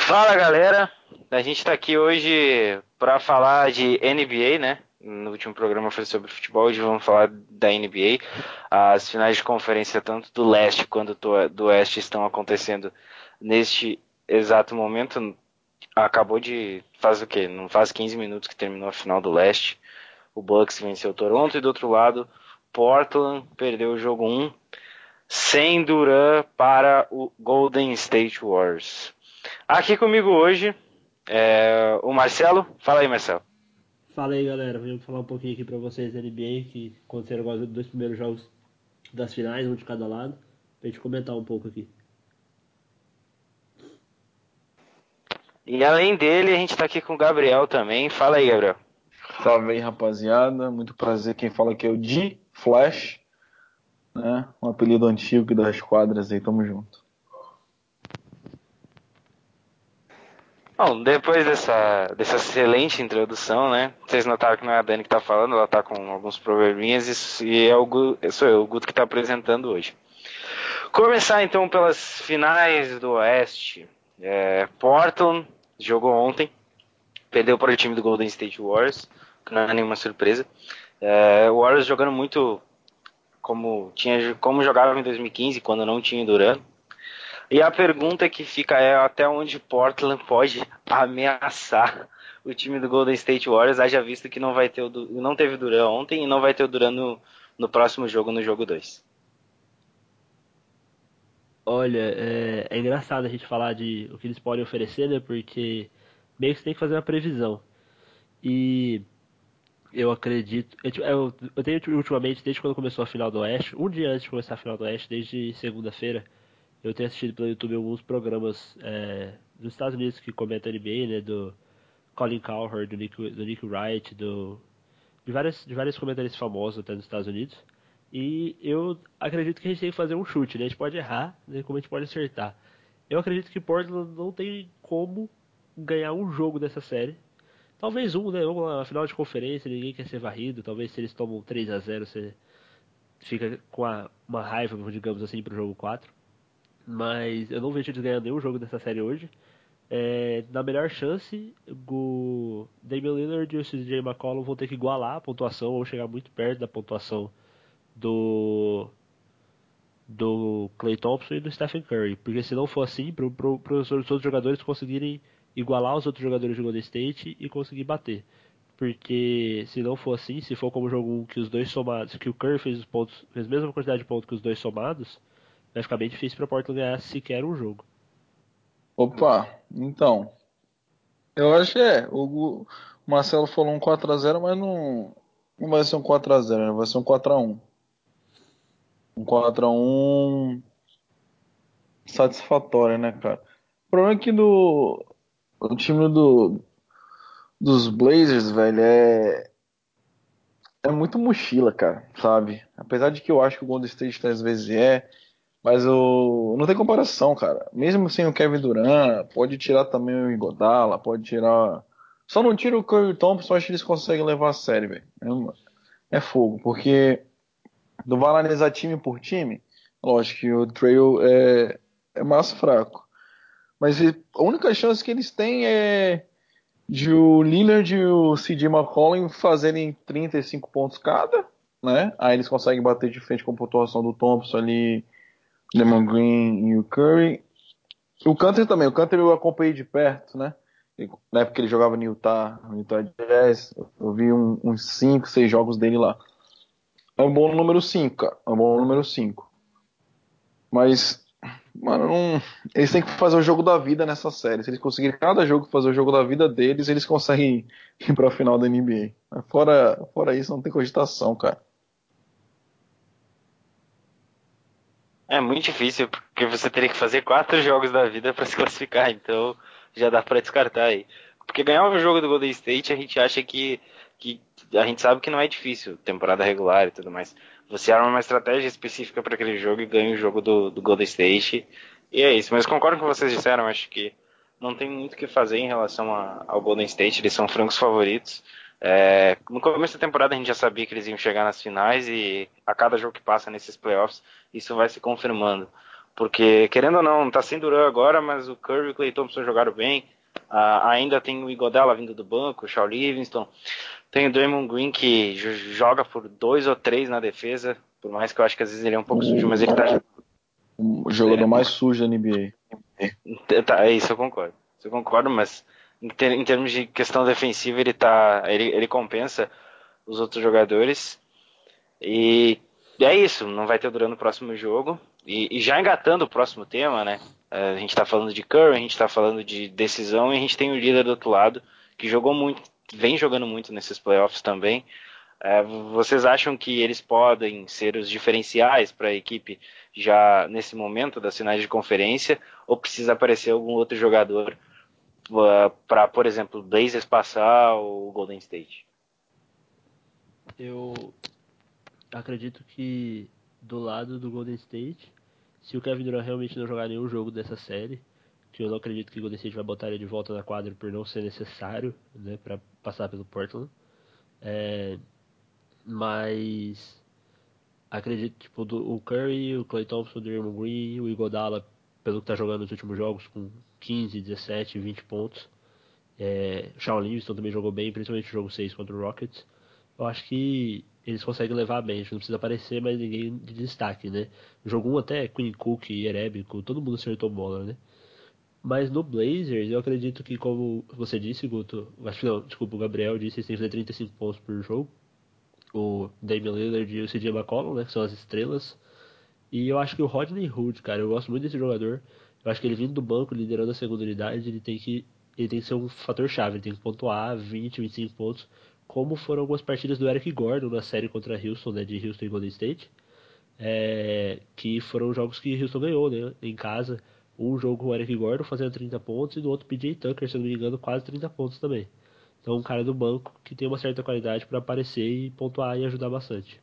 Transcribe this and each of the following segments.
Fala galera, a gente tá aqui hoje para falar de NBA, né? No último programa foi sobre futebol, hoje vamos falar da NBA. As finais de conferência, tanto do leste quanto do oeste, estão acontecendo neste exato momento. Acabou de. Faz o quê? Não faz 15 minutos que terminou a final do leste. O Bucks venceu o Toronto e do outro lado, Portland perdeu o jogo 1 sem Durant para o Golden State Warriors. Aqui comigo hoje é o Marcelo. Fala aí, Marcelo. Fala aí, galera. Venho falar um pouquinho aqui pra vocês da NBA, que aconteceram agora os dois primeiros jogos das finais, um de cada lado, pra gente comentar um pouco aqui. E além dele, a gente tá aqui com o Gabriel também. Fala aí, Gabriel. Salve aí, rapaziada. Muito prazer. Quem fala aqui é o Di Flash, né? Um apelido antigo das quadras aí. Tamo junto. Bom, depois dessa excelente introdução, né? Vocês notaram que não é a Dani que tá falando, ela tá com alguns probleminhas e sou eu, o Guto, que tá apresentando hoje. Começar então pelas finais do Oeste. Portland jogou ontem, perdeu para o time do Golden State Warriors, que não é nenhuma surpresa. O Warriors jogando muito como jogava em 2015, quando não tinha Durant. E a pergunta que fica é até onde Portland pode ameaçar o time do Golden State Warriors, haja visto que não teve Durant ontem e não vai ter o Durant no próximo jogo, no jogo 2. Olha, é engraçado a gente falar de o que eles podem oferecer, né? Porque meio que você tem que fazer uma previsão. E eu acredito. Eu tenho ultimamente, desde quando começou a final do Oeste, um dia antes de começar a final do Oeste, desde segunda-feira, eu tenho assistido pelo YouTube alguns programas dos Estados Unidos que comentam NBA, né? Do Colin Cowherd, do Nick Wright, de vários comentaristas famosos até nos Estados Unidos. E eu acredito que a gente tem que fazer um chute, né? A gente pode errar, né? Como a gente pode acertar. Eu acredito que Portland não tem como ganhar um jogo dessa série. Talvez um, né? Vamos lá, final de conferência, ninguém quer ser varrido. Talvez se eles tomam 3-0, você fica com uma raiva, digamos assim, pro jogo 4. Mas eu não vejo eles ganhando nenhum jogo dessa série hoje. Na melhor chance, o Damian Lillard e o CJ McCollum vão ter que igualar a pontuação ou chegar muito perto da pontuação do do Klay Thompson e do Stephen Curry, porque se não for assim, para os outros jogadores conseguirem igualar os outros jogadores do Golden State e conseguir bater. Porque se não for assim, se for como o jogo 1 que os dois somados, que o Curry fez os pontos, fez a mesma quantidade de pontos que os dois somados, vai ficar bem difícil para Portland ganhar sequer um jogo. Opa, então. Eu acho que o Marcelo falou um 4-0, mas não vai ser um 4-0, né? Vai ser um 4-1. Um 4-1 satisfatório, né, cara? O problema é que o time dos Blazers, velho, é muito mochila, cara, sabe? Apesar de que eu acho que o Golden State às vezes mas não tem comparação, cara. Mesmo sem o Kevin Durant, pode tirar também o Iguodala, pode tirar. Só não tira o Curry Thompson, acho que eles conseguem levar a sério, velho. É fogo, porque não vai analisar time por time. Lógico que o Trail é mais fraco. Mas a única chance que eles têm é de o Lillard e o CJ McCollum fazerem 35 pontos cada, né? Aí eles conseguem bater de frente com a pontuação do Thompson ali, Lemon Green e o Curry. O Canter também, o Canter eu acompanhei de perto, né? Na época que ele jogava no Utah Jazz, eu vi uns 5, 6 jogos dele lá. É um bom número 5, cara. É um bom número 5. Mas, mano, eles têm que fazer o jogo da vida nessa série. Se eles conseguirem cada jogo fazer o jogo da vida deles, eles conseguem ir pra final da NBA. Mas fora isso, não tem cogitação, cara. É muito difícil, porque você teria que fazer 4 jogos da vida para se classificar, então já dá para descartar aí. Porque ganhar um jogo do Golden State, a gente acha que a gente sabe que não é difícil, temporada regular e tudo mais. Você arma uma estratégia específica para aquele jogo e ganha o jogo do Golden State, e é isso. Mas concordo com o que vocês disseram, acho que não tem muito o que fazer em relação ao Golden State, eles são francos favoritos. No começo da temporada a gente já sabia que eles iam chegar nas finais e a cada jogo que passa nesses playoffs isso vai se confirmando. porque querendo ou não, tá sem Durant agora, mas o Curry e o Klay Thompson jogaram bem. Ainda tem o Iguodala vindo do banco, o Shaw Livingston. Tem o Draymond Green que joga por 2 ou 3 na defesa, por mais que eu acho que às vezes ele é um pouco sujo, mas ele tá... O jogador mais sujo da NBA. É isso, eu concordo. Isso eu concordo, mas em termos de questão defensiva, ele compensa os outros jogadores. E é isso, não vai ter Durant no próximo jogo. E já engatando o próximo tema, né? A gente tá falando de Curry, a gente tá falando de decisão, e a gente tem o líder do outro lado, que jogou muito, vem jogando muito nesses playoffs também. Vocês acham que eles podem ser os diferenciais para a equipe já nesse momento das finais de conferência, ou precisa aparecer algum outro jogador para, por exemplo, o Blazers passar ou o Golden State? Eu acredito que do lado do Golden State, se o Kevin Durant realmente não jogar nenhum jogo dessa série, que eu não acredito que o Golden State vai botar ele de volta na quadra por não ser necessário, né, para passar pelo Portland. Mas acredito, tipo, o Curry, o Klay Thompson, o Draymond Green, o Iguodala, pelo que tá jogando nos últimos jogos, com 15, 17, 20 pontos. O Shawn Livingston também jogou bem, principalmente no jogo 6 contra o Rockets. Eu acho que eles conseguem levar bem, a gente não precisa aparecer mais ninguém de destaque, né? No jogo 1 até Quinn Cook e Erebico, todo mundo acertou bola, né? Mas no Blazers, eu acredito que, como você disse, Guto, acho que não, desculpa, o Gabriel disse que eles têm que fazer 35 pontos por jogo. O Damian Lillard e o CJ McCollum, né, que são as estrelas. E eu acho que o Rodney Hood, cara, eu gosto muito desse jogador. Eu acho que ele vindo do banco, liderando a segunda unidade, ele tem que ser um fator chave, ele tem que pontuar 20, 25 pontos, como foram algumas partidas do Eric Gordon na série contra Houston, né, de Houston e Golden State, que foram jogos que Houston ganhou, né, em casa. Um jogo com o Eric Gordon fazendo 30 pontos e no outro PJ Tucker, se eu não me engano, quase 30 pontos também. Então um cara do banco que tem uma certa qualidade para aparecer e pontuar e ajudar bastante.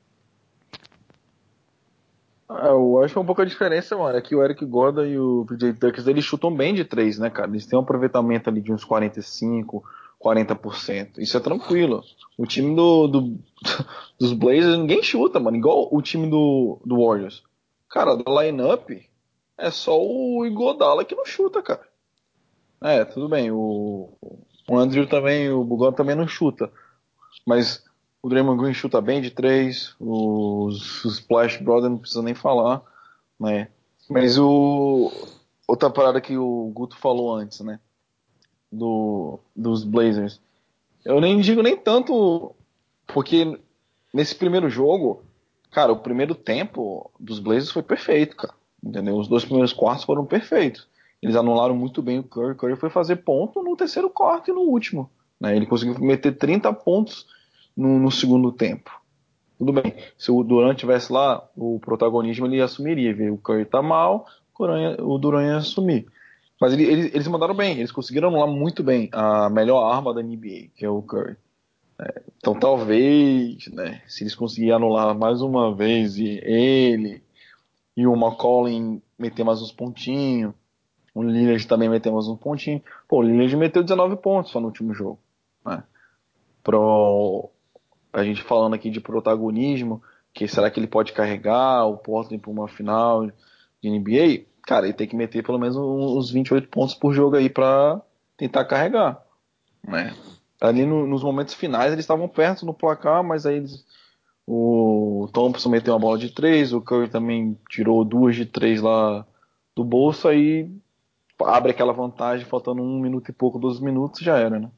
Eu acho que é um pouco a diferença, mano. É que o Eric Gordon e o PJ Tucker, eles chutam bem de três, né, cara? Eles têm um aproveitamento ali de uns 45, 40%. Isso é tranquilo. O time dos Blazers, ninguém chuta, mano. Igual o time do Warriors. Cara, da lineup, é só o Iguodala que não chuta, cara. Tudo bem. O Andrew também, o Bugon também não chuta. Mas o Draymond Green chuta bem de três. Os Splash Brothers não precisa nem falar, né? Mas outra parada que o Guto falou antes, né? Dos Blazers. Eu nem digo nem tanto, porque nesse primeiro jogo, cara, o primeiro tempo dos Blazers foi perfeito, cara. Entendeu? Os dois primeiros quartos foram perfeitos. Eles anularam muito bem o Curry. O Curry foi fazer ponto no terceiro quarto e no último. Né? Ele conseguiu meter 30 pontos no segundo tempo. Tudo bem. Se o Durant tivesse lá, o protagonismo ele assumiria. Viu? O Curry tá mal, o Durant ia assumir. Mas eles mandaram bem, eles conseguiram anular muito bem a melhor arma da NBA, que é o Curry. Então talvez, né, se eles conseguirem anular mais uma vez e o McCollum meter mais uns pontinhos, o Lillard também meter mais um pontinho. Pô, o Lillard meteu 19 pontos só no último jogo. Né? Pro, a gente falando aqui de protagonismo, que será que ele pode carregar o Portland para uma final de NBA? Cara, ele tem que meter pelo menos uns 28 pontos por jogo aí para tentar carregar, né? Ali nos momentos finais eles estavam perto no placar, mas aí o Thompson meteu uma bola de três, o Curry também tirou duas de três lá do bolso, aí abre aquela vantagem, faltando 1 minuto e pouco, 12 minutos, já era, né?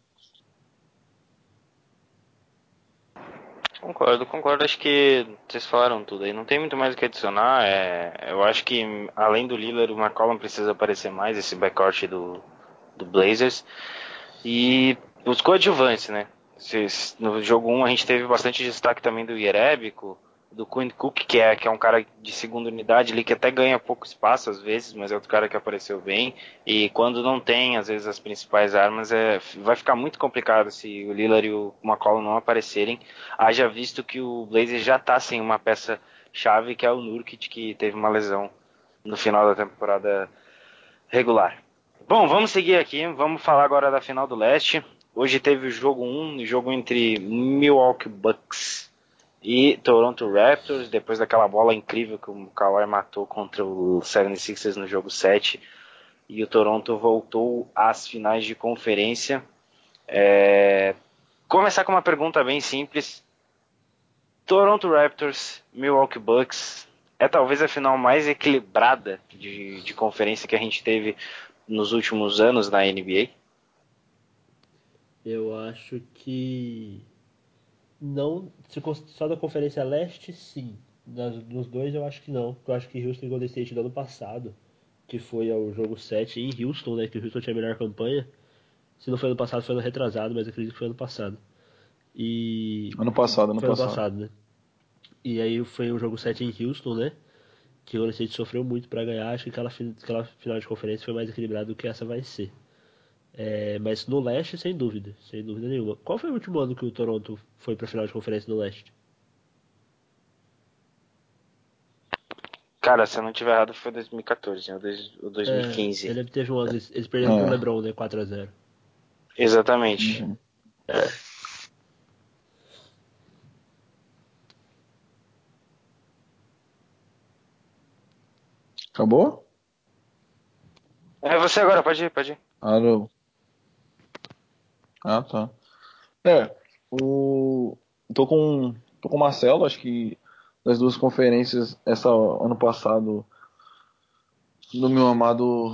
Concordo. Acho que vocês falaram tudo aí. Não tem muito mais o que adicionar. Eu acho que, além do Lillard, o McCollum precisa aparecer mais, esse backcourt do Blazers. E os coadjuvantes, né? No jogo 1 a gente teve bastante destaque também do Jerebico, do Quinn Cook, que é um cara de segunda unidade ali, que até ganha pouco espaço às vezes, mas é outro cara que apareceu bem. E quando não tem, às vezes, as principais armas, vai ficar muito complicado se o Lillard e o McCollum não aparecerem. Haja visto que o Blazers já tá sem uma peça-chave, que é o Nurkic, que teve uma lesão no final da temporada regular. Bom, vamos seguir aqui, vamos falar agora da final do leste. Hoje teve o jogo 1, o jogo entre Milwaukee Bucks e Toronto Raptors, depois daquela bola incrível que o Kawhi matou contra o 76ers no jogo 7, e o Toronto voltou às finais de conferência. Começar com uma pergunta bem simples. Toronto Raptors, Milwaukee Bucks, é talvez a final mais equilibrada de conferência que a gente teve nos últimos anos na NBA? Eu acho que não, só da Conferência Leste, sim. Nos dois eu acho que não. Eu acho que Houston e Golden State do ano passado, que foi ao jogo 7 em Houston, né? Que o Houston tinha a melhor campanha. Se não foi ano passado, foi ano retrasado, mas acredito que foi ano passado. E Ano passado, ano foi ano passado. passado, né? E aí foi o jogo 7 em Houston, né? Que o Golden State sofreu muito pra ganhar. Acho que aquela final de conferência foi mais equilibrada do que essa vai ser. Mas no leste, sem dúvida nenhuma. Qual foi o último ano que o Toronto foi pra final de conferência no leste? Cara, se eu não tiver errado, foi 2014 ou Eu 2015. lembro que teve um ano, eles perderam pro É. LeBron, né? 4-0. Exatamente. Uhum. Acabou? É você agora, pode ir, pode ir. Alô. Ah, tá. É, o... tô com, tô com o Marcelo, acho que das duas conferências, essa ano passado, do meu amado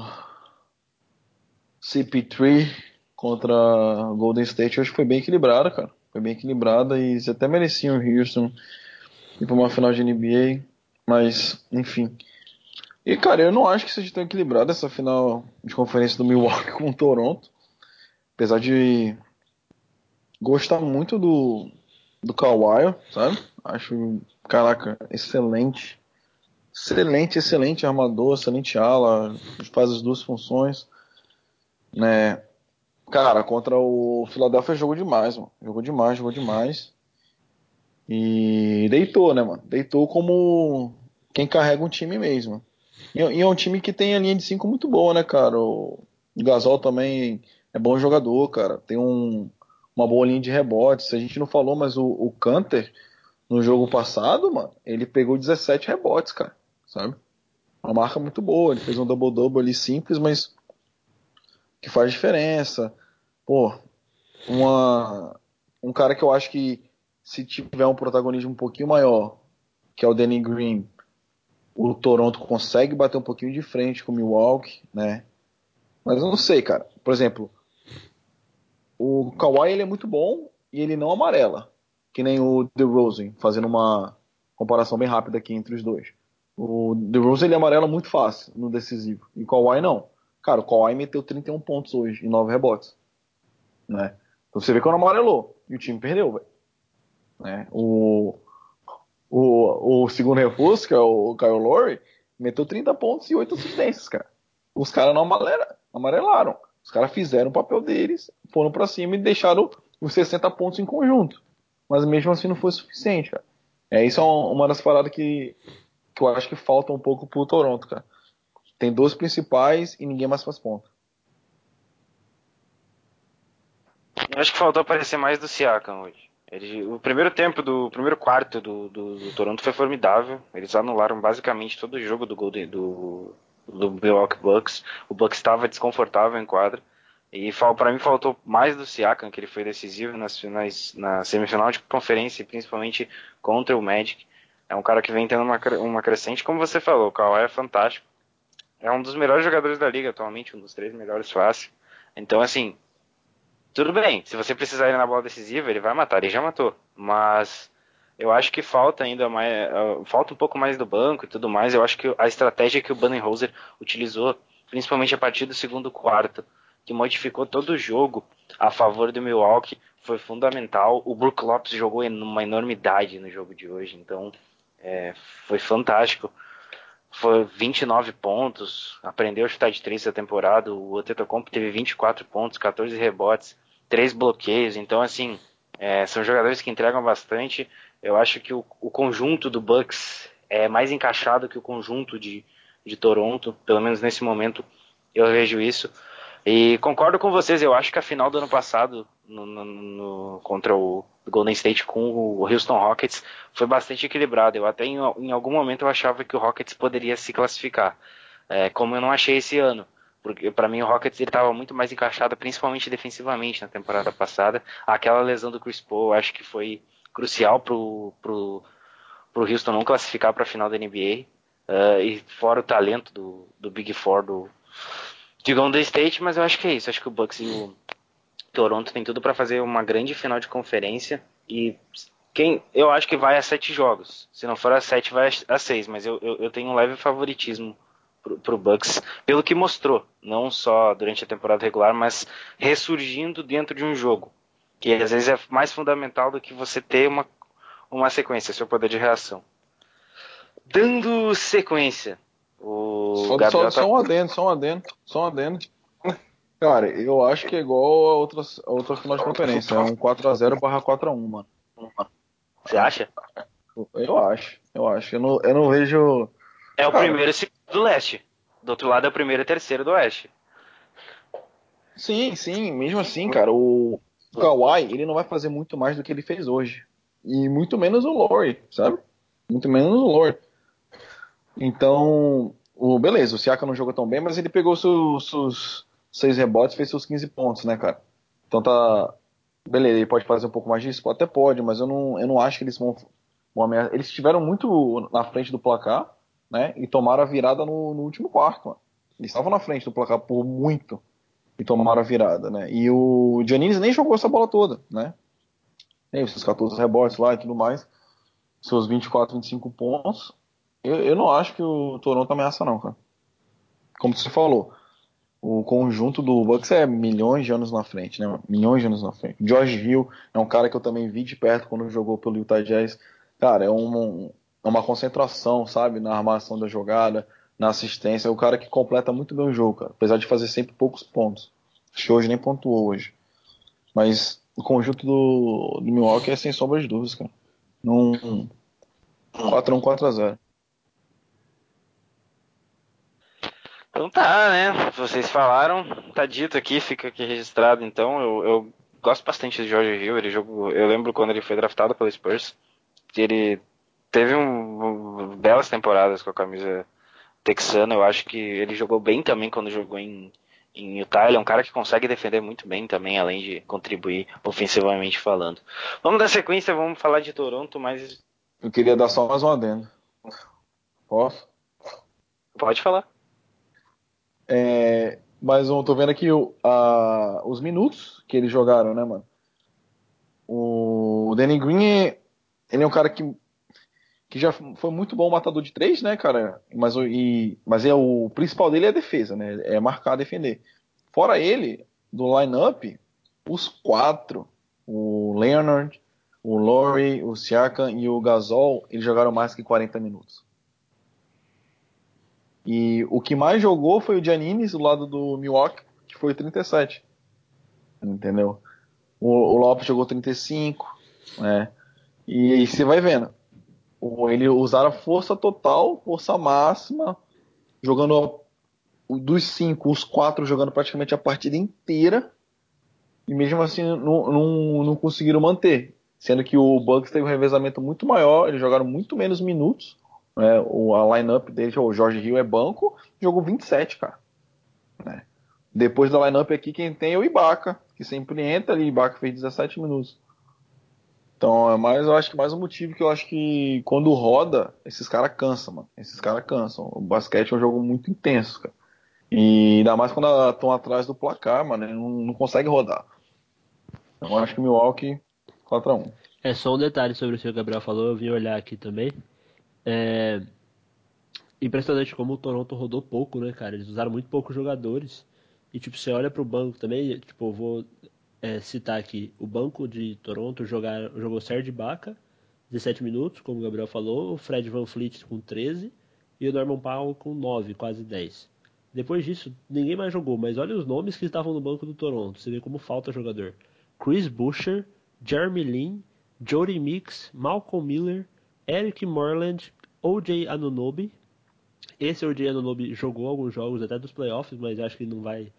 CP3 contra Golden State, eu acho que foi bem equilibrada, cara. Foi bem equilibrada e eles até mereciam o Houston ir pra uma final de NBA, mas, enfim. E, cara, eu não acho que seja tão equilibrada essa final de conferência do Milwaukee com o Toronto, apesar de gostar muito do Kawhi, sabe? Acho, caraca, excelente. Excelente, excelente armador, excelente ala, faz as duas funções, né? Cara, contra o Philadelphia jogou demais, mano. Jogou demais, jogou demais. E deitou, né, mano? Deitou como quem carrega um time mesmo. E é um time que tem a linha de 5 muito boa, né, cara? O Gasol também é bom jogador, cara. Tem uma boa linha de rebotes. A gente não falou, mas o Kanter, no jogo passado, mano, ele pegou 17 rebotes, cara. Sabe? Uma marca muito boa. Ele fez um double-double ali simples, mas que faz diferença. Pô, um cara que eu acho que se tiver um protagonismo um pouquinho maior, que é o Danny Green, o Toronto consegue bater um pouquinho de frente com o Milwaukee, né? Mas eu não sei, cara. Por exemplo, o Kawhi ele é muito bom e ele não amarela, que nem o DeRozan, fazendo uma comparação bem rápida aqui entre os dois. O DeRozan ele amarela muito fácil no decisivo, e o Kawhi não. Cara, o Kawhi meteu 31 pontos hoje e 9 rebotes, né? Então você vê que não amarelou e o time perdeu, velho. Né? O segundo reforço, que é o Kyle Lowry, meteu 30 pontos e 8 assistências, cara. Os caras não amarelaram. Os caras fizeram o papel deles, foram pra cima e deixaram os 60 pontos em conjunto. Mas mesmo assim não foi suficiente, cara. Isso é uma das paradas que eu acho que falta um pouco pro Toronto, cara. Tem dois principais e ninguém mais faz ponto. Eu acho que faltou aparecer mais do Siakam hoje. O primeiro tempo o primeiro quarto do Toronto foi formidável. Eles anularam basicamente todo o jogo do Milwaukee Bucks. O Bucks estava desconfortável em quadra. E para mim faltou mais do Siakam, que ele foi decisivo nas finais, na semifinal de conferência, principalmente contra o Magic. É um cara que vem tendo uma crescente, como você falou, o Kawhi é fantástico. É um dos melhores jogadores da liga atualmente, um dos 3 melhores fácil. Então, assim, tudo bem, se você precisar ir na bola decisiva, ele vai matar, ele já matou. Mas eu acho que falta ainda mais, falta um pouco mais do banco e tudo mais. Eu acho que a estratégia que o Budenholzer utilizou, principalmente a partir do segundo quarto, que modificou todo o jogo a favor do Milwaukee, foi fundamental. O Brook Lopes jogou uma enormidade no jogo de hoje, então foi fantástico. Foi 29 pontos, aprendeu a chutar de 3 essa temporada. O Antetokounmpo teve 24 pontos, 14 rebotes, 3 bloqueios. Então, assim, são jogadores que entregam bastante. Eu acho que o conjunto do Bucks é mais encaixado que o conjunto de Toronto. Pelo menos nesse momento eu vejo isso. E concordo com vocês, eu acho que a final do ano passado, contra o Golden State com o Houston Rockets, foi bastante equilibrado. Eu até em algum momento eu achava que o Rockets poderia se classificar, como eu não achei esse ano. Porque para mim o Rockets estava muito mais encaixado, principalmente defensivamente na temporada passada. Aquela lesão do Chris Paul, eu acho que foi crucial pro Houston não classificar para a final da NBA. E fora o talento do Big Four de Golden State, mas eu acho que é isso. Acho que o Bucks e o Toronto tem tudo para fazer uma grande final de conferência. E eu acho que vai a 7 jogos. Se não for a 7, vai a 6. Mas eu tenho um leve favoritismo pro Bucks, pelo que mostrou, não só durante a temporada regular, mas ressurgindo dentro de um jogo, que às vezes é mais fundamental do que você ter uma sequência, seu poder de reação. Dando sequência, o Gabriel tá... Só um adendo. Cara, eu acho que é igual a outra final de conferência. É um 4-0/4-1, mano. Você acha? Eu acho. Eu não vejo. É o Cara, primeiro e segundo do leste. Do outro lado é o primeiro e terceiro do oeste. sim. Mesmo assim, cara, o Kawhi, ele não vai fazer muito mais do que ele fez hoje. E muito menos o Lowry, sabe? Muito menos o Lowry. Então, beleza, o Siaka não jogou tão bem, mas ele pegou seus 6 rebotes, fez seus 15 pontos, né, cara? Então tá. Beleza, ele pode fazer um pouco mais disso? Até pode, mas eu não acho que eles vão ameaçar. Eles estiveram muito na frente do placar, né? E tomaram a virada no último quarto, mano. Eles estavam na frente do placar por muito e tomaram a virada, né? E o Giannis nem jogou essa bola toda, né? Tem os seus 14 rebotes lá e tudo mais, seus 24, 25 pontos. Eu não acho que o Toronto ameaça, não, cara. Como você falou, o conjunto do Bucks é milhões de anos na frente, né? Milhões de anos na frente. George Hill é um cara que eu também vi de perto quando jogou pelo Utah Jazz. Cara, é uma concentração, sabe? Na armação da jogada, na assistência. É o cara que completa muito bem o jogo, cara. Apesar de fazer sempre poucos pontos. Acho que hoje nem pontuou hoje. Mas o conjunto do Milwaukee é sem sombra de dúvidas, cara. Num 4-1, 4-0. Então tá, né? Vocês falaram, tá dito aqui, fica aqui registrado. Então, eu gosto bastante do George Hill. Eu lembro quando ele foi draftado pelo Spurs. Ele teve belas temporadas com a camisa texana. Eu acho que ele jogou bem também quando jogou em Utah. Ele é um cara que consegue defender muito bem também, além de contribuir ofensivamente falando. Vamos dar sequência, vamos falar de Toronto, mas Eu queria dar só mais um adendo. Posso? pode falar. Mas eu tô vendo aqui os minutos que eles jogaram, né, mano? O Danny Green, ele é um cara que já foi muito bom matador de três, né, cara? Mas o principal dele é a defesa, né? É marcar, defender. Fora ele, do line-up, os quatro, o Leonard, o Lowry, o Siakam e o Gasol, eles jogaram mais que 40 minutos. E o que mais jogou foi o Giannis do lado do Milwaukee, que foi 37. Entendeu? O Lopes jogou 35, né? E você vai vendo. Ele usaram força total, força máxima, jogando dos cinco, os quatro jogando praticamente a partida inteira, e mesmo assim não conseguiram manter. Sendo que o Bucks teve um revezamento muito maior, eles jogaram muito menos minutos. Né? A lineup deles, o George Hill é banco, jogou 27, cara. Né? Depois da lineup aqui, quem tem é o Ibaka, que sempre entra ali. Ibaka fez 17 minutos. Então, eu acho que mais um motivo que eu acho que quando roda, esses caras cansam, mano. Esses caras cansam. O basquete é um jogo muito intenso, cara. E ainda mais quando estão atrás do placar, mano, ele não consegue rodar. Então, eu acho que o Milwaukee 4-1. É só um detalhe sobre o que o Gabriel falou, eu vim olhar aqui também. É impressionante como o Toronto rodou pouco, né, cara? Eles usaram muito poucos jogadores. E, tipo, você olha pro banco também, tipo, eu vou citar aqui. O banco de Toronto jogou Serge Ibaka, 17 minutos, como o Gabriel falou. O Fred VanVleet com 13 e o Norman Powell com 9, quase 10. Depois disso, ninguém mais jogou, mas olha os nomes que estavam no banco do Toronto. Você vê como falta jogador. Chris Boucher, Jeremy Lin, Jody Meeks, Malcolm Miller, Eric Moreland, O.J. Anunoby. Esse O.J. Anunoby jogou alguns jogos até dos playoffs, mas acho que não vai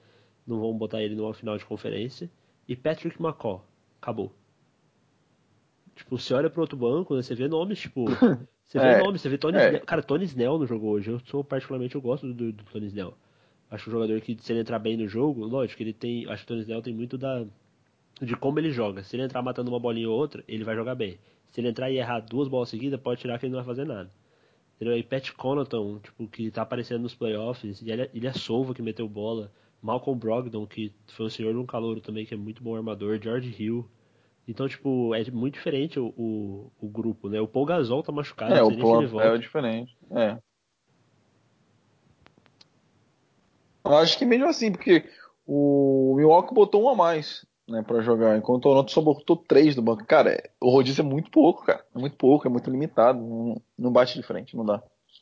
não vão botar ele numa final de conferência. E Patrick McCaw, acabou. Tipo, você olha pro outro banco, né, você vê nomes, tipo. Você vê É, nomes, você vê Tony Snell. é. Cara, Tony Snell no jogo hoje. Eu gosto do Tony Snell. Acho um jogador que, se ele entrar bem no jogo, lógico, ele tem. Acho que o Tony Snell tem muito de como ele joga. Se ele entrar matando uma bolinha ou outra, ele vai jogar bem. Se ele entrar e errar duas bolas seguidas, pode tirar que ele não vai fazer nada. Entendeu? E Pat Connaughton, tipo, que tá aparecendo nos playoffs, e Ilha Silva, que meteu bola, Malcolm Brogdon, que foi um senhor de um calouro também, que é muito bom armador, George Hill. Então, tipo, é muito diferente o grupo, né? O Paul Gasol tá machucado, É, não o sei nem se ele plantel é volta. diferente. É. Eu acho que mesmo assim, porque o Milwaukee botou um a mais, né, pra jogar, enquanto o Toronto só botou três do banco. Cara, o rodízio é muito pouco, cara. É muito pouco, é muito limitado. Não bate de frente, não dá.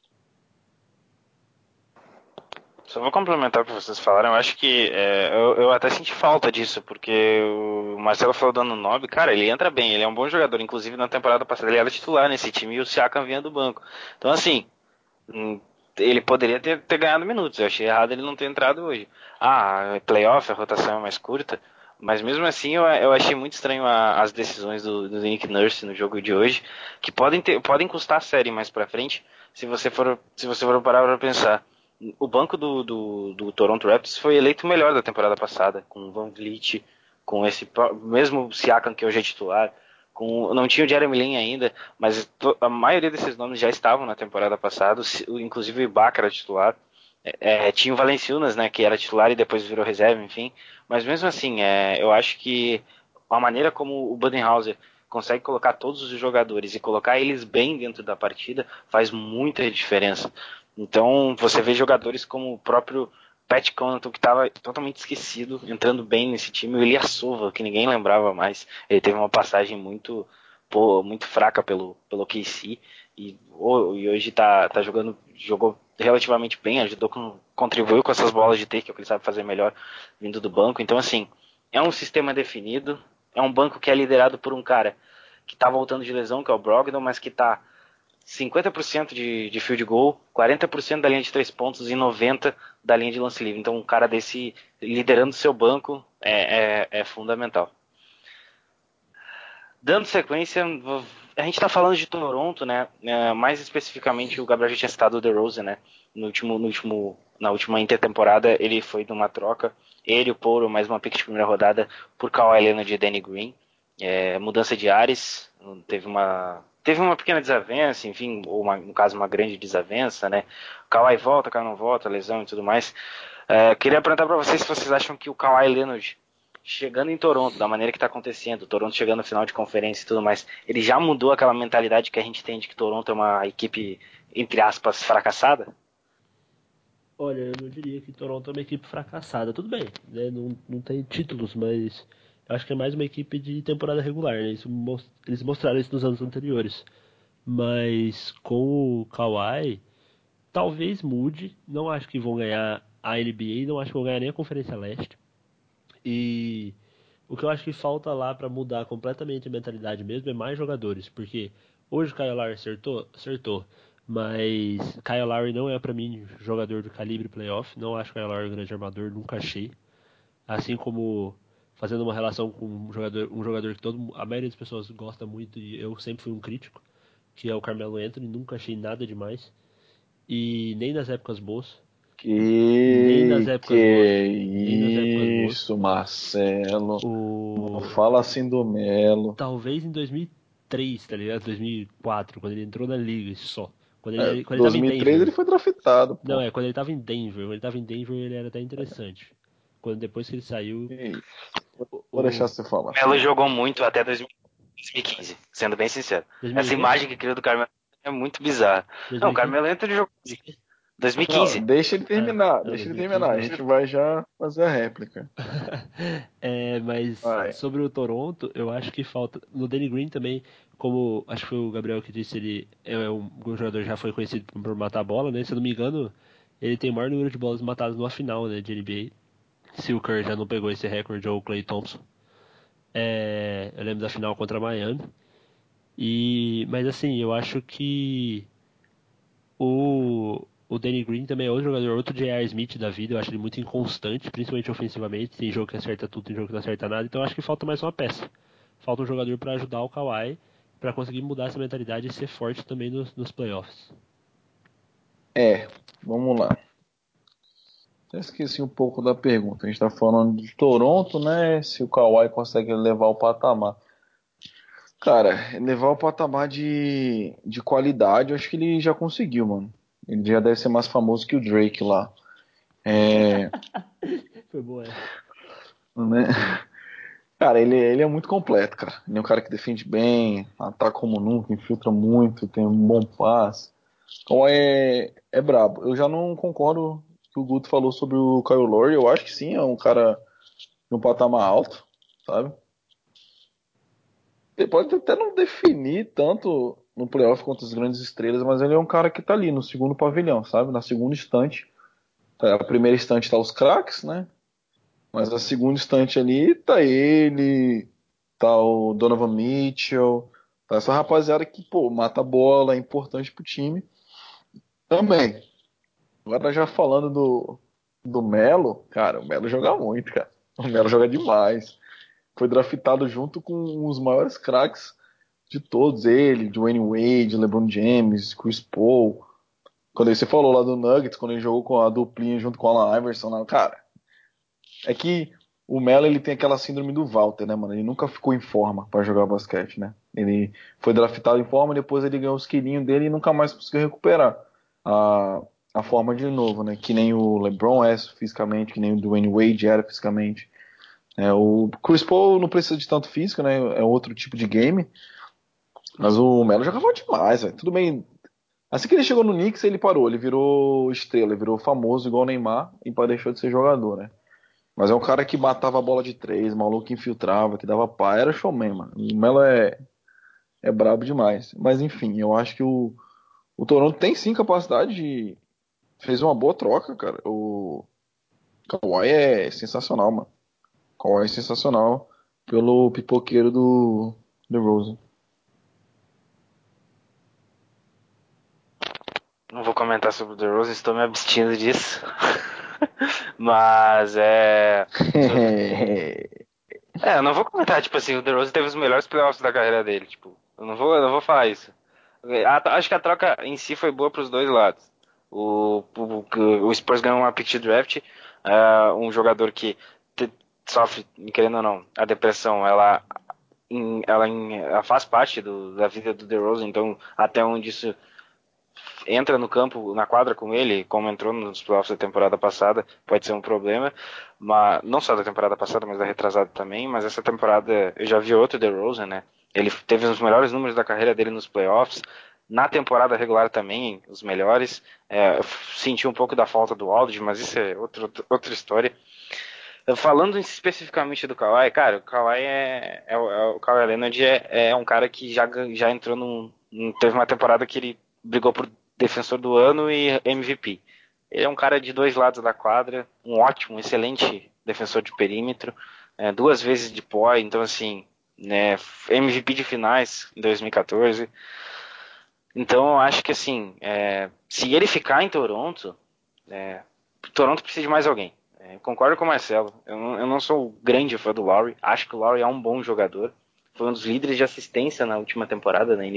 Só vou complementar o que vocês falaram. Eu acho que eu até senti falta disso, porque o Marcelo falou do Anunoby, cara, ele entra bem, ele é um bom jogador. Inclusive na temporada passada ele era titular nesse time e o Siakam vinha do banco. Então assim, hum, ele poderia ter ganhado minutos. Eu achei errado ele não ter entrado hoje. Ah, playoff, a rotação é mais curta. Mas mesmo assim eu achei muito estranho as decisões do Nick Nurse no jogo de hoje, que podem custar a série mais pra frente, se você for parar pra pensar. O banco do Toronto Raptors foi eleito o melhor da temporada passada, com o Van Vliet, com esse mesmo Siakam que hoje é titular, não tinha o Jeremy Lin ainda, mas a maioria desses nomes já estavam na temporada passada, inclusive o Ibaka era titular. Tinha o Valenciunas, né, que era titular e depois virou reserva, enfim. Mas mesmo assim, eu acho que a maneira como o Budenholzer consegue colocar todos os jogadores e colocar eles bem dentro da partida faz muita diferença. Então, você vê jogadores como o próprio Pat Connaughton, que estava totalmente esquecido, entrando bem nesse time, o Ilyasova, que ninguém lembrava mais. Ele teve uma passagem muito fraca pelo KC e hoje jogou relativamente bem, contribuiu com essas bolas de take, que ele sabe fazer melhor vindo do banco. Então, assim, é um sistema definido, é um banco que é liderado por um cara que está voltando de lesão, que é o Brogdon, mas que está 50% de field goal, 40% da linha de 3 pontos e 90% da linha de lance livre. Então, um cara desse liderando seu banco é fundamental. Dando sequência, a gente está falando de Toronto, né? Mais especificamente, o Gabriel já tinha citado o DeRozan, né? Na última intertemporada, ele foi numa troca. Ele, o Poro, mais uma pick de primeira rodada por Kawhi Leonard e Danny Green. Mudança de ares, teve uma pequena desavença, enfim, ou no caso uma grande desavença, né? Kawhi volta, Kawhi não volta, lesão e tudo mais. Queria perguntar para vocês se vocês acham que o Kawhi Leonard chegando em Toronto, da maneira que está acontecendo, Toronto chegando no final de conferência e tudo mais, ele já mudou aquela mentalidade que a gente tem de que Toronto é uma equipe, entre aspas, fracassada? Olha, eu não diria que Toronto é uma equipe fracassada. Tudo bem, né? Não tem títulos, mas eu acho que é mais uma equipe de temporada regular, né? Eles mostraram isso nos anos anteriores. Mas com o Kawhi, talvez mude. Não acho que vão ganhar a NBA, não acho que vão ganhar nem a Conferência Leste. E o que eu acho que falta lá pra mudar completamente a mentalidade mesmo é mais jogadores, porque hoje o Kyle Lowry acertou, mas Kyle Lowry não é pra mim jogador do calibre playoff, não acho Kyle Lowry um grande armador, nunca achei. Assim como fazendo uma relação com um jogador que a maioria das pessoas gosta muito e eu sempre fui um crítico, que é o Carmelo Anthony, nunca achei nada demais. E nem nas épocas boas, nem nas Que épocas boas, nem nas épocas boas. isso, Marcelo. Não O fala assim do Melo. Talvez em 2003, tá ligado? 2004, quando ele entrou na liga, isso só. Quando ele tava em 2003 ele Denver. foi draftado, Não, pô. quando ele tava em Denver. Quando ele tava em Denver, ele era até interessante. Depois que ele saiu, E vou deixar o você falar. Melo jogou muito até 2015, sendo bem sincero. 2000 o Essa quê? imagem que criou do Carmelo é muito bizarra. Não, 2000 o o quê? Carmelo Anthony jogou De quê? 2015. Não, deixa ele Ah, terminar, não, deixa ele 2015 terminar. A não. gente vai já fazer a réplica. Mas Vai. sobre o Toronto, eu acho que falta. No Danny Green também, como acho que foi o Gabriel que disse, ele um jogador que já foi conhecido por matar a bola, né? Se eu não me engano, ele tem o maior número de bolas matadas numa final, né, de NBA. Se o Curry já não pegou esse recorde ou o Klay Thompson. Eu lembro da final contra Miami. Mas assim, eu acho que o, O Danny Green também é outro jogador, outro J.R. Smith da vida. Eu acho ele muito inconstante, principalmente ofensivamente. Tem jogo que acerta tudo, tem jogo que não acerta nada. Então eu acho que falta mais uma peça. Falta um jogador para ajudar o Kawhi, para conseguir mudar essa mentalidade e ser forte também nos playoffs. Vamos lá. Eu esqueci um pouco da pergunta. A gente tá falando de Toronto, né? Se o Kawhi consegue levar o patamar. Cara, levar o patamar de qualidade, eu acho que ele já conseguiu, mano. Ele já deve ser mais famoso que o Drake lá. Foi boa essa. Né? Cara, ele é muito completo, cara. Ele é um cara que defende bem, ataca como nunca, infiltra muito, tem um bom passe. Então é brabo. Eu já não concordo que o Guto falou sobre o Kyle Lowry. Eu acho que sim, é um cara de um patamar alto, sabe? Ele pode até não definir tanto no playoff contra as grandes estrelas, mas ele é um cara que tá ali no segundo pavilhão, sabe? Na segunda estante. A primeira estante tá os craques, né? Mas a segunda estante ali tá ele, tá o Donovan Mitchell, tá essa rapaziada que, pô, mata a bola, é importante pro time também. Agora já falando do Melo, cara, o Melo joga muito, cara. O Melo joga demais. Foi draftado junto com os maiores craques de todos, ele, Dwayne Wade, LeBron James, Chris Paul. Quando você falou lá do Nuggets, quando ele jogou com a duplinha junto com o Allen Iverson, lá, cara, é que o Melo ele tem aquela síndrome do Walter, né, mano? Ele nunca ficou em forma pra jogar basquete, né? Ele foi draftado em forma, depois ele ganhou os quilinhos dele e nunca mais conseguiu recuperar a, a forma de novo, né? Que nem o LeBron é fisicamente, que nem o Dwayne Wade era fisicamente. O Chris Paul não precisa de tanto físico, né? É outro tipo de game. Mas o Melo jogava demais, velho. Tudo bem. Assim que ele chegou no Knicks, ele parou. Ele virou estrela, ele virou famoso igual o Neymar e deixou de ser jogador, né? Mas é um cara que matava a bola de três, maluco que infiltrava, que dava pá. Era showman, mano. O Melo é brabo demais. Mas enfim, eu acho que o Toronto tem sim capacidade de. Fez uma boa troca, cara. O Kawhi é sensacional, mano. O Kawhi é sensacional pelo pipoqueiro do DeRozan. Não vou comentar sobre o DeRozan, estou me abstindo disso. Mas é. Eu não vou comentar, tipo assim, o DeRozan teve os melhores playoffs da carreira dele, tipo, eu não vou falar isso. Acho que a troca em si foi boa pros dois lados. O Spurs ganhou uma pick de draft, um jogador que sofre, querendo ou não, a depressão, ela faz parte da vida do DeRozan, então até onde isso entra no campo, na quadra com ele, como entrou nos playoffs da temporada passada, pode ser um problema, mas não só da temporada passada, mas da retrasada também, mas essa temporada eu já vi outro DeRozan, né? Ele teve os melhores números da carreira dele nos playoffs, na temporada regular também, os melhores. Senti um pouco da falta do Aldridge, mas isso é outra história. Falando especificamente do Kawhi, cara, o Kawhi o Kawhi Leonard é um cara que já entrou teve uma temporada que ele brigou por defensor do ano e MVP. Ele é um cara de dois lados da quadra, um ótimo, excelente defensor de perímetro, duas vezes de pó, então assim, né, MVP de finais em 2014. Então eu acho que assim, se ele ficar em Toronto, Toronto precisa de mais alguém. Concordo com o Marcelo. Eu não sou grande fã do Lowry. Acho que o Lowry é um bom jogador. Foi um dos líderes de assistência na última temporada na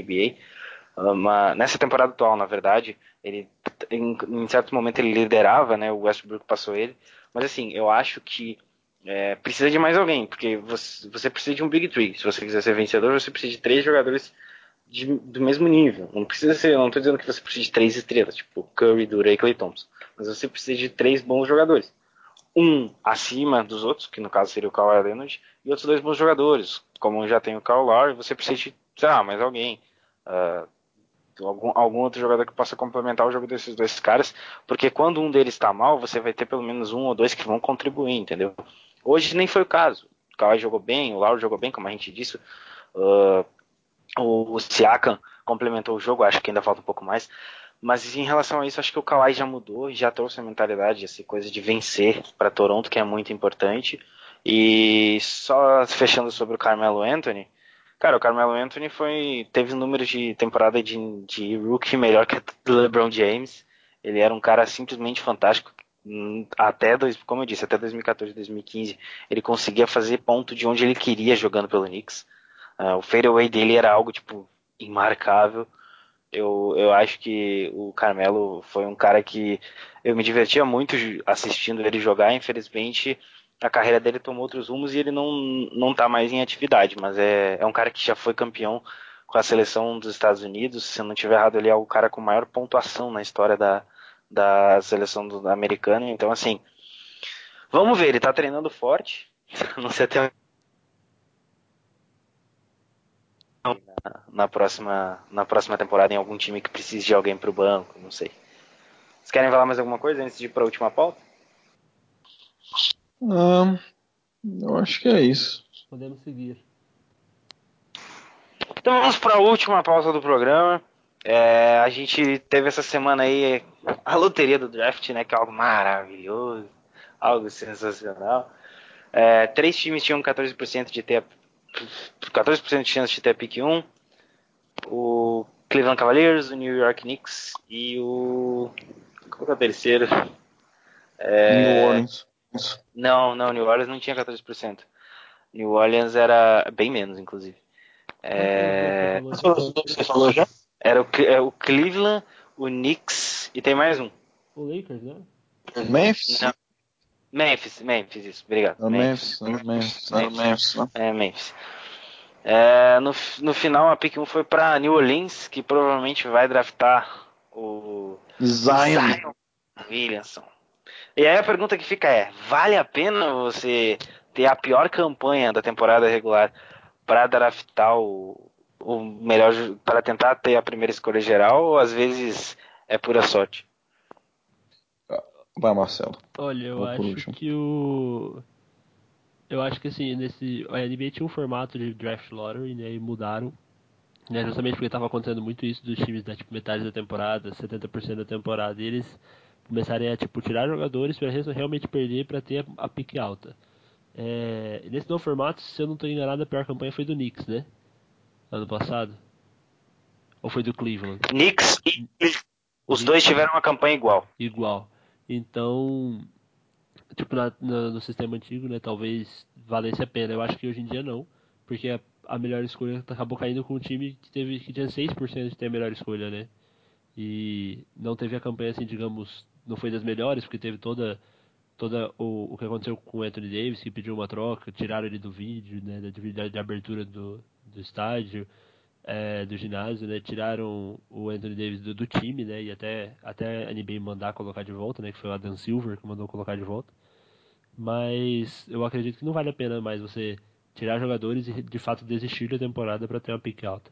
NBA. Nessa temporada atual, na verdade, ele em certo momento ele liderava, né? O Westbrook passou ele. Mas assim, eu acho que precisa de mais alguém, porque você precisa de um Big Three. Se você quiser ser vencedor, você precisa de três jogadores do mesmo nível. Não precisa ser, eu não estou dizendo que você precisa de três estrelas, tipo Curry, Durant e Klay Thompson. Mas você precisa de três bons jogadores. Um acima dos outros, que no caso seria o Kawhi Leonard, e outros dois bons jogadores. Como já tem o Kyle Lowry, você precisa de, sei lá, mais alguém. Uh, algum outro jogador que possa complementar o jogo desses dois caras, porque quando um deles está mal, você vai ter pelo menos um ou dois que vão contribuir, entendeu? Hoje nem foi o caso. O Kawhi jogou bem, o Lowry jogou bem, como a gente disse. Uh, o Siakam complementou o jogo, acho que ainda falta um pouco mais. Mas em relação a isso, acho que o Kawhi já mudou e já trouxe a mentalidade, essa coisa de vencer para Toronto, que é muito importante. E só fechando sobre o Carmelo Anthony, cara, o Carmelo Anthony teve números de temporada de rookie melhor que o LeBron James. Ele era um cara simplesmente fantástico. Até, como eu disse, até 2014, 2015, ele conseguia fazer ponto de onde ele queria jogando pelo Knicks. O fadeaway dele era algo, tipo, imarcável. Eu acho que o Carmelo foi um cara que eu me divertia muito assistindo ele jogar. Infelizmente, a carreira dele tomou outros rumos e ele não tá mais em atividade. Mas é um cara que já foi campeão com a seleção dos Estados Unidos. Se eu não estiver errado, ele é o cara com maior pontuação na história da seleção americana. Então, assim, vamos ver. Ele tá treinando forte. Não sei até na próxima temporada em algum time que precise de alguém pro banco, não sei. Vocês querem falar mais alguma coisa antes de ir para a última pauta? Eu acho que é isso. Podemos seguir. Então vamos para a última pauta do programa. A gente teve essa semana aí a loteria do draft, né? Que é algo maravilhoso, algo sensacional. 3 times tinham 14% de ter 14% de chance de ter a pick 1. O Cleveland Cavaliers, o New York Knicks e o... Qual que é o terceiro? New Orleans. Não, New Orleans não tinha 14%. New Orleans era bem menos, inclusive. Você falou já? Era o Cleveland, o Knicks e tem mais um. O Lakers, né? Memphis? Não. Memphis, isso, obrigado. Memphis. Memphis. No final, a pick 1 foi para New Orleans, que provavelmente vai draftar o Zion. Williamson. E aí a pergunta que fica vale a pena você ter a pior campanha da temporada regular para draftar o melhor, para tentar ter a primeira escolha geral, ou às vezes é pura sorte? Vai, Marcelo. Olha, eu Vou por acho último. que Eu acho que assim, a NBA tinha um formato de draft lottery, né, e mudaram, né, justamente porque estava acontecendo muito isso dos times da tipo metade da temporada, 70% da temporada, e eles começarem a tipo tirar jogadores para realmente perder para ter a pique alta. Nesse novo formato, se eu não estou enganado, a pior campanha foi do Knicks, né? Ano passado. Ou foi do Cleveland? Knicks e O os dois Knicks tiveram uma campanha igual. igual. Então, tipo, no sistema antigo, né, talvez valesse a pena. Eu acho que hoje em dia não, porque a melhor escolha acabou caindo com um time que tinha 6% de ter a melhor escolha, né? E não teve a campanha, assim, digamos, não foi das melhores, porque teve toda o que aconteceu com o Anthony Davis, que pediu uma troca, tiraram ele do vídeo, né, da abertura do estádio, do ginásio, né, tiraram o Anthony Davis do time, né, e até a NBA mandar colocar de volta, né, que foi o Adam Silver que mandou colocar de volta. Mas eu acredito que não vale a pena mais você tirar jogadores e de fato desistir da temporada para ter uma pique alta.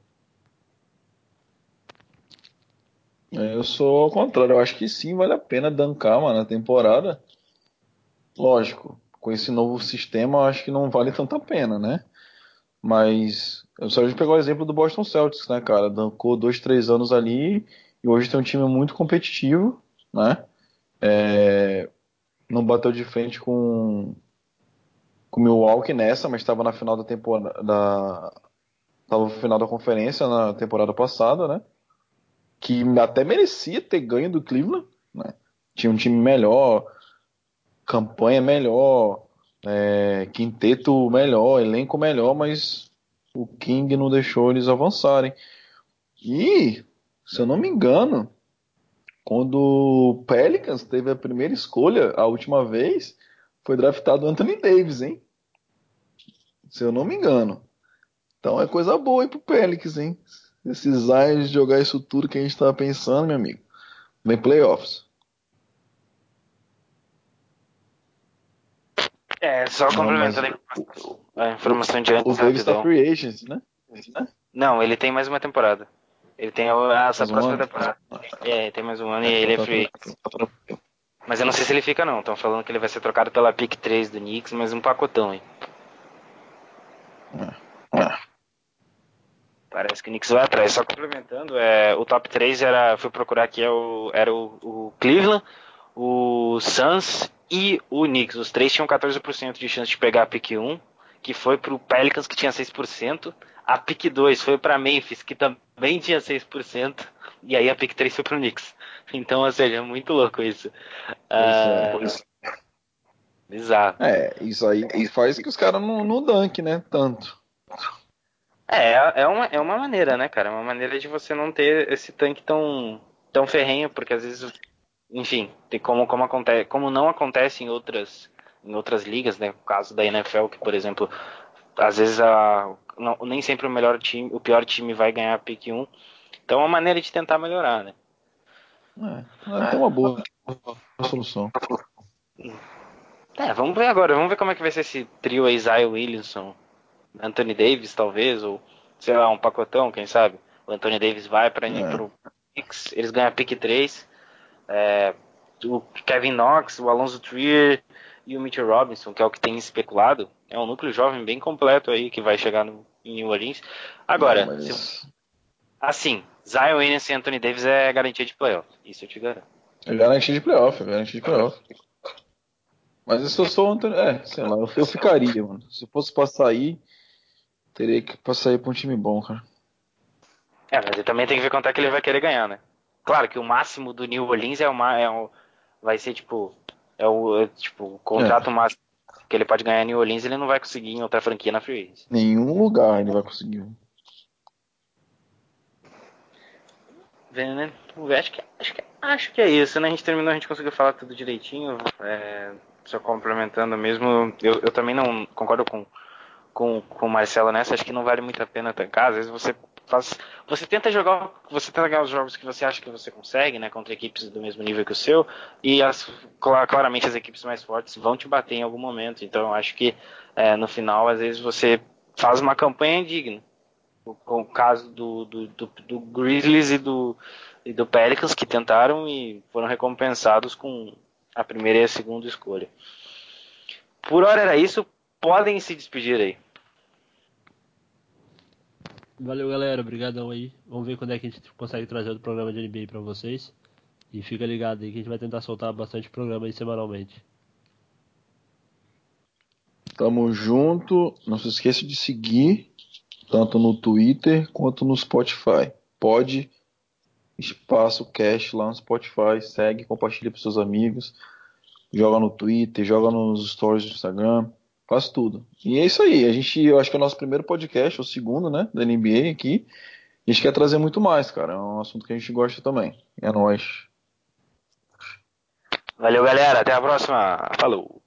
Eu sou ao contrário. Eu acho que sim, vale a pena dancar, mano, na temporada. Lógico, com esse novo sistema, eu acho que não vale tanta pena, né? Mas eu só de pegar o exemplo do Boston Celtics, né, cara? Dancou 2, 3 anos ali e hoje tem um time muito competitivo, né? Não bateu de frente com o Milwaukee nessa, mas estava na final da temporada, tava no final da conferência na temporada passada, né? Que até merecia ter ganho do Cleveland, né? Tinha um time melhor, campanha melhor, quinteto melhor, elenco melhor, mas o King não deixou eles avançarem. E, se eu não me engano, quando o Pelicans teve a primeira escolha, a última vez, foi draftado Anthony Davis, hein? Se eu não me engano. Então é coisa boa aí pro Pelicans, hein? Esses Zions jogar isso tudo que a gente tava pensando, meu amigo. Vem playoffs. Só Não, mas complementando a informação de o antes, Davis tá rapidão. free agent, né? Não, ele tem mais uma temporada. Ele tem essa Mais um próxima ano? temporada. Tem mais um ano e Então ele é tá free. tranquilo. Mas eu não sei se ele fica não. Estão falando que ele vai ser trocado pela pick 3 do Knicks, mas um pacotão aí. Parece que o Knicks vai atrás. Só complementando, o top 3 fui procurar aqui, era o Cleveland, o Suns e o Knicks. Os três tinham 14% de chance de pegar a pick 1, que foi pro Pelicans, que tinha 6%. A pick 2 foi para Memphis, que também também tinha 6%, e aí a pick 3 foi pro Knicks. Então, ou seja, é muito louco isso. Pois é. Bizarro. Isso aí faz que os caras não dunk, né? Tanto. É uma maneira, né, cara? É uma maneira de você não ter esse tanque tão ferrenho, porque às vezes, enfim, tem como não acontece em outras ligas, né? O caso da NFL, que, por exemplo, às vezes nem sempre o pior time vai ganhar a pick 1. Então é uma maneira de tentar melhorar, né? Até uma boa solução. Vamos ver agora, vamos ver como é que vai ser esse trio aí, Zion Williamson, Anthony Davis, talvez, ou sei lá, um pacotão, quem sabe? O Anthony Davis vai para pro Knicks, eles ganham a pick 3. O Kevin Knox, o Alonzo Trier e o Mitchell Robinson, que é o que tem especulado. É um núcleo jovem bem completo aí que vai chegar em New Orleans. Não, Agora, mas assim, Zion Williamson e Anthony Davis é garantia de playoff. Isso eu te garanto. é garantia de playoff, é garantia de playoff. Mas se eu sou o Antônio, sei lá, eu ficaria, mano. Se eu fosse passar aí, teria que passar aí pra um time bom, cara. Mas ele também tem que ver quanto é que ele vai querer ganhar, né? Claro que o máximo do New Orleans vai ser o contrato É, máximo que ele pode ganhar em New Orleans, ele não vai conseguir em outra franquia na Free Agency. nenhum lugar ele vai conseguir. Vendo, né? Vamos ver, acho que é isso, né? A gente conseguiu falar tudo direitinho. Só complementando mesmo, eu também não concordo com o Marcelo nessa, acho que não vale muito a pena tancar. Às vezes você tenta ganhar os jogos que você acha que você consegue, né, contra equipes do mesmo nível que o seu, e claramente as equipes mais fortes vão te bater em algum momento. Então eu acho que no final, às vezes você faz uma campanha digna. Com o caso do Grizzlies e do Pelicans, que tentaram e foram recompensados com a primeira e a segunda escolha. Por hora era isso, podem se despedir aí. Valeu, galera. Obrigadão aí. Vamos ver quando é que a gente consegue trazer o programa de NBA pra vocês. E fica ligado aí que a gente vai tentar soltar bastante programa aí semanalmente. Tamo junto. Não se esqueça de seguir, tanto no Twitter quanto no Spotify. Pode Espaço Cash lá no Spotify. Segue, compartilha para seus amigos. Joga no Twitter, joga nos stories do Instagram. Faz tudo. E é isso aí. Eu acho que é o nosso primeiro podcast, o segundo, né? Da NBA aqui. A gente quer trazer muito mais, cara. É um assunto que a gente gosta também. É nóis. Valeu, galera. Até a próxima. Falou.